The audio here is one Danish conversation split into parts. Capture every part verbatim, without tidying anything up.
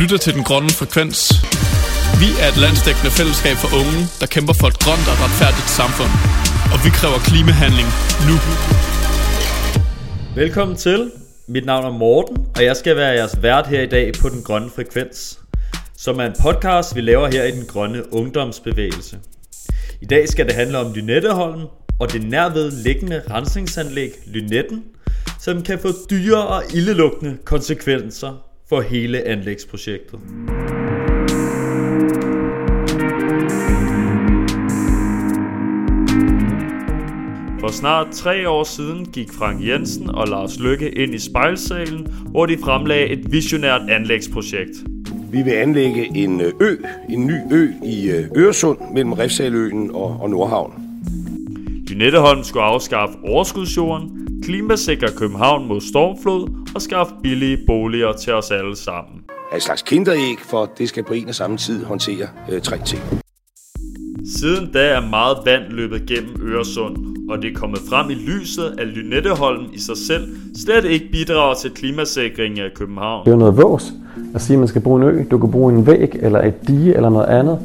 lytter til Den Grønne Frekvens. Vi er et landsdækkende fællesskab for unge, der kæmper for et grønt og retfærdigt samfund. Og vi kræver klimahandling nu. Velkommen til. Mit navn er Morten, og jeg skal være jeres vært her i dag på Den Grønne Frekvens, som er en podcast, vi laver her i Den Grønne Ungdomsbevægelse. I dag skal det handle om Lynetteholm og det nærved liggende rensningsanlæg Lynetten, som kan få dyre og ildelugtende konsekvenser for hele anlægsprojektet. For snart tre år siden gik Frank Jensen og Lars Løkke ind i spejlsalen, hvor de fremlagde et visionært anlægsprojekt. Vi vil anlægge en ø, en ny ø i Øresund mellem Refshaleøen og, og Nordhavn. Lynetteholm skulle afskaffe overskudsjorden, klimasikre København mod stormflod og skaffe billige boliger til os alle sammen. Er et slags kinderæg, for det skal på en og samme tid håndtere øh, tre ting. Siden da er meget vand løbet gennem Øresund, og det er kommet frem i lyset, at Lynetteholm i sig selv slet ikke bidrager til klimasikringen af København. Det er jo noget vås at sige, at man skal bruge en ø. Du kan bruge en væg eller et dige eller noget andet.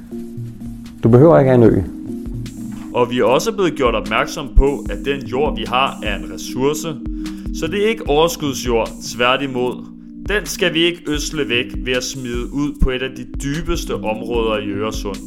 Du behøver ikke have en ø. Og vi er også blevet gjort opmærksom på, at den jord, vi har, er en ressource. Så det er ikke overskudsjord, tværtimod. Den skal vi ikke ødsle væk ved at smide ud på et af de dybeste områder i Øresund.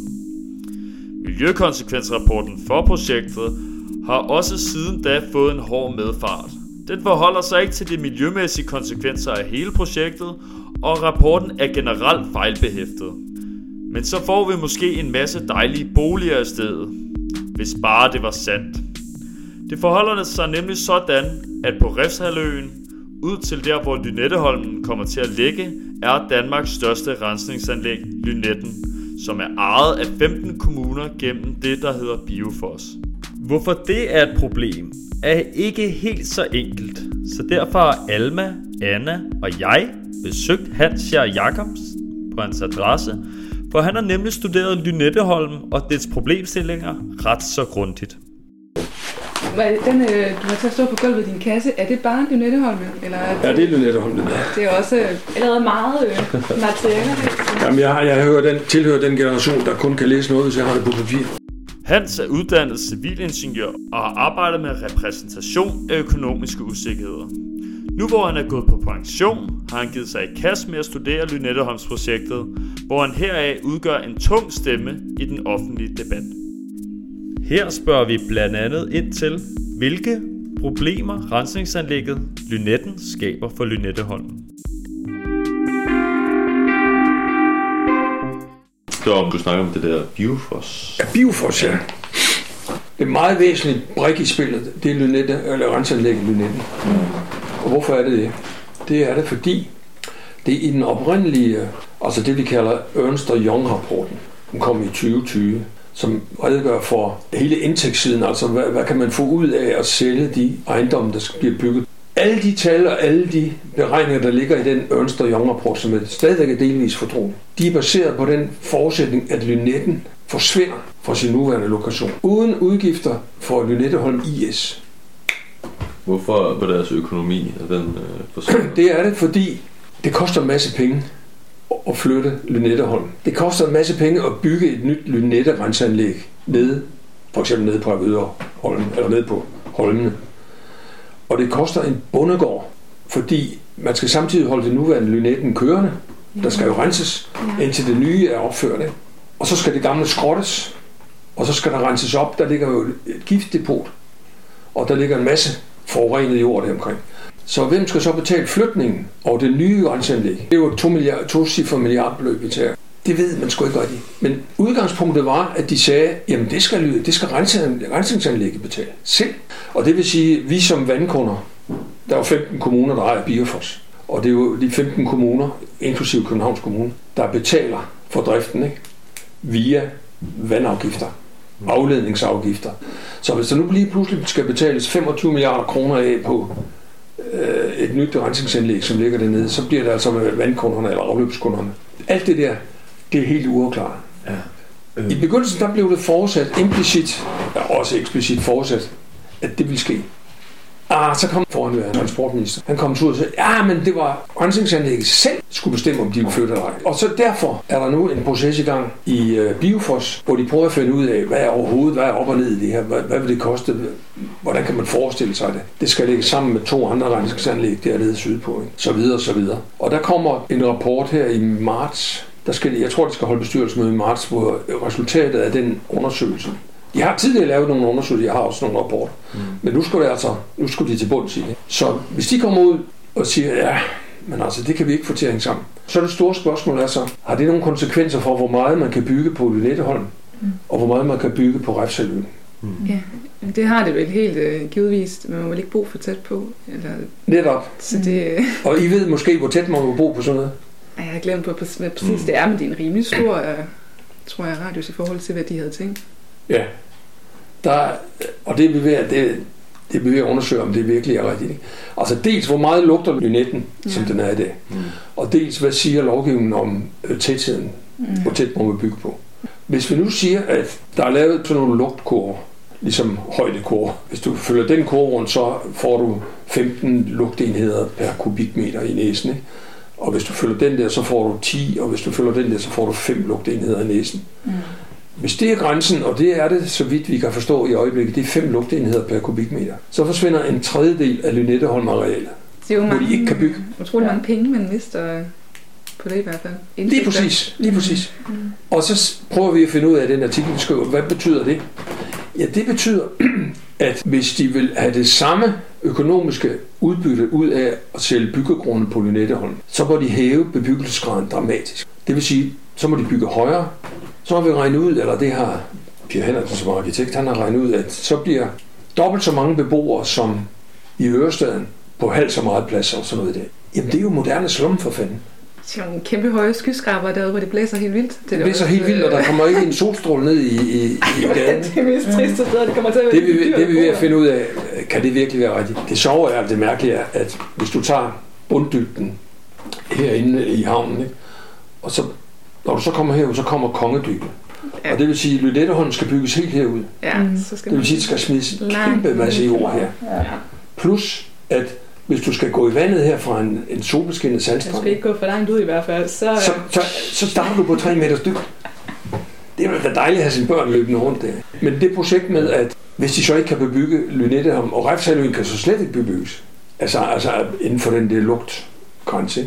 Miljøkonsekvensrapporten for projektet har også siden da fået en hård medfart. Den forholder sig ikke til de miljømæssige konsekvenser af hele projektet, og rapporten er generelt fejlbehæftet. Men så får vi måske en masse dejlige boliger i stedet, hvis bare det var sandt. Det forholder sig nemlig sådan, at på Refshaleøen, ud til der hvor Lynetteholmen kommer til at ligge, er Danmarks største rensningsanlæg Lynetten, som er ejet af femten kommuner gennem det, der hedder Biofos. Hvorfor det er et problem, er ikke helt så enkelt, så derfor har Alma, Anna og jeg besøgt Hans Scher Jacobs på hans adresse, for han har nemlig studeret Lynetteholm og dets problemstillinger ret så grundigt. Den, du har til at stå på gulvet i din kasse, er det bare Lynetteholm? Eller er det... Ja, det er Lynetteholm. Det er også allerede meget øh, materialer. Jamen, jeg, jeg hører den, tilhører den generation, der kun kan læse noget, hvis jeg har det på papir. Hans er uddannet civilingeniør og har arbejdet med repræsentation af økonomiske usikkerheder. Nu hvor han er gået på pension, har han givet sig i kast med at studere Lynetteholmsprojektet, hvor han heraf udgør en tung stemme i den offentlige debat. Her spørger vi blandt andet ind til, hvilke problemer rensningsanlægget Lynetten skaber for Lynetteholm. Det var om du snakker om det der Biofos. Ja, Biofos, ja. Det er meget væsentligt brik i spillet, det er Lynette, eller renseanlægget Lynetten. Mm. Og hvorfor er det det? Det er det, fordi det er i den oprindelige, altså det vi kalder Ernst og Young-rapporten, den kom i tyve tyve, som redegør for hele indtægtssiden, altså hvad, hvad kan man få ud af at sælge de ejendomme, der bliver bygget. Alle de tal og alle de beregninger, der ligger i den Ernst og Young-rapport, som er stadigvæk er delvis fortrolig, de er baseret på den forudsætning, at Lynetten forsvinder fra sin nuværende lokation, uden udgifter for Lynetteholm I S. Hvorfor var deres økonomi af den øh, forsvinder? Det er det, fordi det koster en masse penge at flytte Lynetteholm. Det koster en masse penge at bygge et nyt Lynette-renseanlæg nede, for eksempel nede på Avedørholm, eller nede på Holmene. Og det koster en bondegård, fordi man skal samtidig holde det nuværende Lynetten kørende. Der skal jo renses, indtil det nye er opført. Ikke? Og så skal det gamle skrottes, og så skal der renses op. Der ligger jo et giftdepot, og der ligger en masse forurenet jord der omkring. Så hvem skal så betale flytningen og det nye renseanlæg? Det er jo to, milliard, to cifre milliardbeløb i tager. Det ved man sgu ikke godt i. Men udgangspunktet var, at de sagde, jamen det skal, det skal rensningsanlægget betale selv. Og det vil sige, at vi som vandkunder, der er jo femten kommuner, der ejer Biofos. Og det er jo de femten kommuner, inklusive Københavns Kommune, der betaler for driften, ikke? Via vandafgifter, afledningsafgifter. Så hvis der nu lige pludselig skal betales femogtyve milliarder kroner af på øh, et nyt rensningsanlæg, som ligger dernede, så bliver det altså med vandkunderne eller afløbskunderne. Alt det der, det er helt uafklaret. Ja. Øh. I begyndelsen der blev det forudsat implicit, ja, også eksplicit forudsat, at det ville ske. Ah, så kom foranværende transportminister. Han kom ud og sagde, ja, men det var rensningsanlægget selv skulle bestemme, om de ville flytte eller ej. Og så derfor er der nu en proces i gang i uh, Biofos, hvor de prøver at finde ud af, hvad er overhovedet, hvad er op og ned i det her, hvad, hvad vil det koste, hvordan kan man forestille sig det. Det skal lægges sammen med to andre rensningsanlæg dernede sydpå, ikke? Så videre, så videre. Og der kommer en rapport her i marts, der skal, jeg tror, det skal holde bestyrelsesmøde i marts, hvor resultatet af den undersøgelse. De har tidligere lavet nogle undersøgelser, jeg har også nogle rapporter. Mm. Men nu skulle, det altså, nu skulle de til bunds i det. Så hvis de kommer ud og siger, ja, men altså, det kan vi ikke få til at hænge sammen. Så det store spørgsmål er så, har det nogle konsekvenser for, hvor meget man kan bygge på Lynetteholm, mm. og hvor meget man kan bygge på Refshaleøen? Mm. Ja, det har det vel helt øh, givetvis, men man vil ikke bo for tæt på. Eller... Netop. Så det, øh... Og I ved måske, hvor tæt man må bo på sådan noget? Ej, jeg har glemt på, hvad præcis mm. det er, men det er en rimelig stor, øh, tror jeg, radius i forhold til, hvad de havde tænkt. Ja, der, og det er vi ved at, det, det er vi ved at undersøge, om det virkelig er rigtigt. Altså dels, hvor meget lugter Lynetten, ja. Som den er i dag, mm. og dels, hvad siger lovgivningen om øh, tætheden, mm. hvor tæt må vi bygge på. Hvis vi nu siger, at der er lavet sådan nogle lugtkurver, ligesom højdekurver. Hvis du følger den kurve rundt, så får du femten lugtenheder per kubikmeter i næsen, ikke? Og hvis du følger den der, så får du ti, og hvis du følger den der, så får du fem lugtenheder i næsen. Mm. Hvis det er grænsen, og det er det, så vidt vi kan forstå i øjeblikket, det er fem lugtenheder per kubikmeter, så forsvinder en tredjedel af Lynetteholm-arealet, hvor mange, de ikke kan bygge. Utrolig mange penge, man mister på det i hvert fald. Indtægter. Lige præcis, lige præcis. Mm. Og så prøver vi at finde ud af den artikel, vi skriver. Hvad betyder det? Ja, det betyder, at hvis de vil have det samme økonomiske udbytte ud af at sælge byggegrunde på Lynetteholm, så må de hæve bebyggelsesgraden dramatisk. Det vil sige, så må de bygge højere. Så har vi regnet ud, eller det har Pia Henriksen som arkitekt, han har regnet ud, at så bliver dobbelt så mange beboere som i Ørestaden på halvt så meget plads og sådan noget i det. Jamen det er jo moderne slum for fanden. Det er nogle kæmpe høje skyskraber derude, hvor det blæser helt vildt. Det, det blæser helt vildt, og der kommer ikke en solstråle ned i, i, i gaden. Det er mest triste sted, det kommer til at være det, vi, det, det vi er ved at finde ud af, kan det virkelig være rigtigt? Det sjove er, det mærkelige er, at hvis du tager bunddybden herinde i havnen, ikke? Og så, når du så kommer herud, så kommer Kongedybet. Ja. Og det vil sige, at Lynetteholm skal bygges helt herud. Ja, så skal det vil sige, at det skal smides en kæmpe masse jord her. Ja. Plus, at hvis du skal gå i vandet her fra en, en solbeskinnet sandstrand, jeg skal ikke gå for langt ud i hvert fald, så... Så, så, så starter du på tre meters dybt. Det er jo da dejligt at have sine børn løbende rundt der. Men det projekt med, at hvis de så ikke kan bebygge Lynetteholm, og Refshaleøen kan så slet ikke bebygges, altså, altså inden for den der lugtgrænse,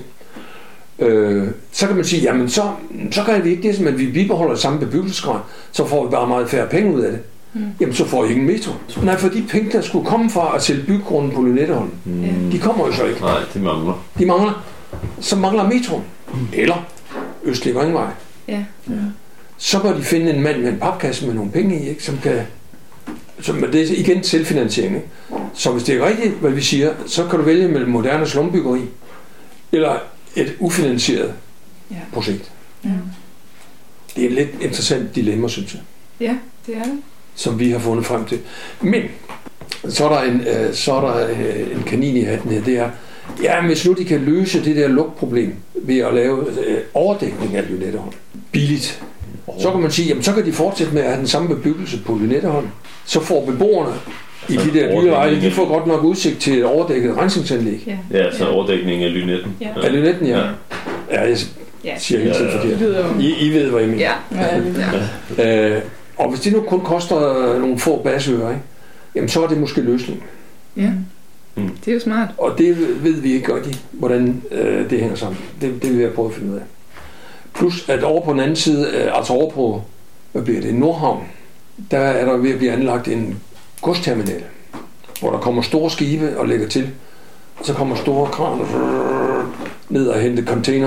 øh, så kan man sige, jamen så, så kan vi ikke det, men vi bibeholder samme bebyggelsesgrad, så får vi bare meget færre penge ud af det. Mm. Jamen så får I ikke en metro. Nej, for de penge, der skulle komme fra at sælge byggegrunden på Lynetteholm, mm. de kommer jo så ikke. Nej, de mangler. De mangler. Så mangler metroen. Mm. Eller Østlig Ringvej. Ja. Ja. Så må de finde en mand med en papkasse med nogle penge i, ikke, som kan... Som, det er igen selvfinansiering. Ikke? Så hvis det er rigtigt, hvad vi siger, så kan du vælge mellem moderne slumbyggeri eller et ufinansieret ja. projekt. Ja. Det er et lidt interessant dilemma, synes jeg. Ja, det er det. Som vi har fundet frem til. Men så er der en, øh, så er der, øh, en kanin i hatten her. Det er, ja, hvis nu de kan løse det der lugtproblem ved at lave øh, overdækning af Lynetteholm billigt, så kan man sige, jamen så kan de fortsætte med at have den samme bebyggelse på Lynetteholm. Så får beboerne i de der dyreeje, de får godt nok udsigt til et overdækket rensningsanlæg. Ja, ja så overdækning af Lynetten. Ja. Af Lynetten, ja. Ja, ja jeg siger helt tiden forkert. I, I ved, hvad I mener. Ja. Ja. Ja. Øh, og hvis det nu kun koster nogle få basører, ikke? Jamen så er det måske løsningen. Ja, mm. det er jo smart. Og det ved vi ikke godt, hvordan øh, det hænger sammen. Det, det vil jeg prøve at finde ud af. Plus at over på den anden side, øh, altså over på, hvad bliver det, Nordhavn, der er der ved at blive anlagt en godsterminal, hvor der kommer store skibe og lægger til. Og så kommer store kraner ned og hente container,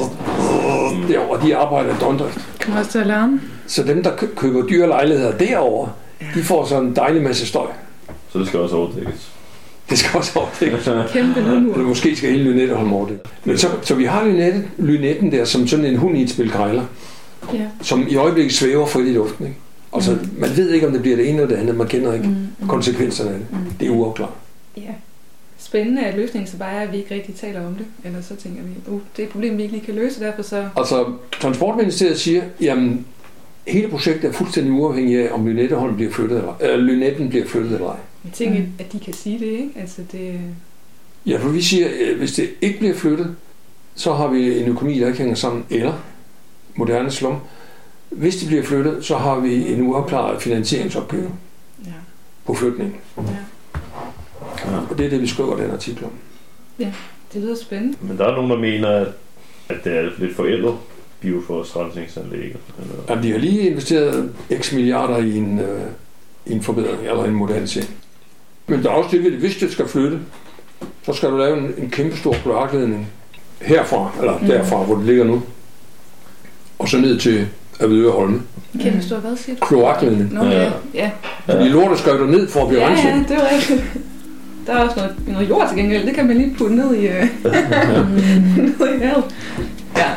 og de arbejder døgndrift. Kommer også til at larme. Så dem, der køber dyre lejligheder derovre, de får sådan en dejlig masse støj. Så det skal også overdækkes. Det skal også overdækkes. Kæmpe lydmur. Eller måske skal hele Lynetten holde overdækket. Men så, så vi har Lynetten, Lynetten der som sådan en hund i et spil grejler, ja. Som i øjeblikket svæver frit i luften. Ikke? Altså, mm. man ved ikke, om det bliver det ene eller det andet. Man kender ikke mm. konsekvenserne af det. Mm. Det er uafklaret. Ja. Spændende at løsningen så bare er, at vi ikke rigtig taler om det. Eller så tænker vi, uh, det er et problem, vi ikke lige kan løse, derfor så... Altså, Transportministeriet siger, jamen, hele projektet er fuldstændig uafhængig af, om Lynetteholm bliver flyttet eller øh, Lynetten bliver flyttet eller ej. Jeg tænker, mm. at de kan sige det, ikke? Altså det... Ja, for vi siger, at hvis det ikke bliver flyttet, så har vi en økonomi, der ikke hænger sammen, eller moderne slum. Hvis det bliver flyttet, så har vi en uafklaret finansieringsopgave ja. på flytning. Ja. Ja. Og det er det, vi skriver den artikel om. Ja, det lyder spændende. Men der er nogen, der mener, at, at det er lidt forældet bioforstrensningsanlægget. Jamen, de har lige investeret x milliarder i en, øh, i en forbedring, eller en modernisering. Men der er også det, hvis det skal flytte, så skal du lave en, en kæmpe stor kloakledning herfra, eller mm. derfra, hvor det ligger nu, og så ned til Avedøre Holme. Kæmpe stor, hvad siger du? Kloakledning. Nå, ja. ja. Fordi lortet skal jo ned for at blive ja, renset. Ja, det er rigtigt. Der er også noget, noget jord til gengæld, det kan man lige putte ned i, øh, ned i havet. Ja.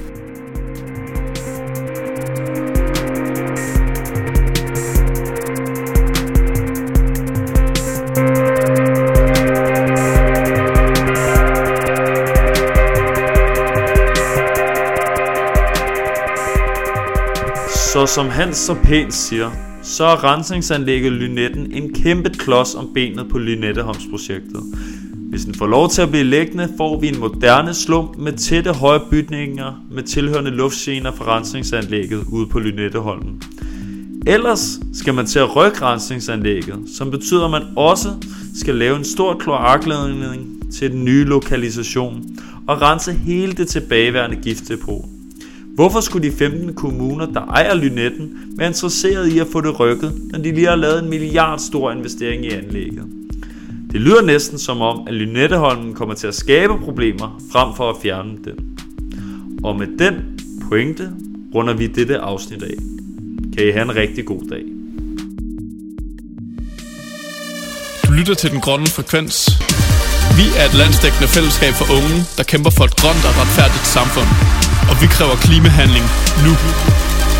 Så som Hans så pænt siger, så er rensningsanlægget Lynetten en kæmpe klods om benet på Lynetteholmsprojektet. Hvis den får lov til at blive liggende, får vi en moderne slum med tætte høje bygninger med tilhørende luftgener fra rensningsanlægget ude på Lynetteholmen. Ellers skal man til at rykke rensningsanlægget, som betyder, at man også skal lave en stor kloakledning til den nye lokalisation og rense hele det tilbageværende giftdepot. Hvorfor skulle de femten kommuner, der ejer Lynetten, være interesseret i at få det rykket, når de lige har lavet en milliard stor investering i anlægget? Det lyder næsten som om, at Lynetteholmen kommer til at skabe problemer, frem for at fjerne dem. Og med den pointe runder vi dette afsnit af. Kan I have en rigtig god dag. Du lytter til Den Grønne Frekvens. Vi er et landsdækkende fællesskab for unge, der kæmper for et grønt og retfærdigt samfund. Og vi kræver klimahandling nu.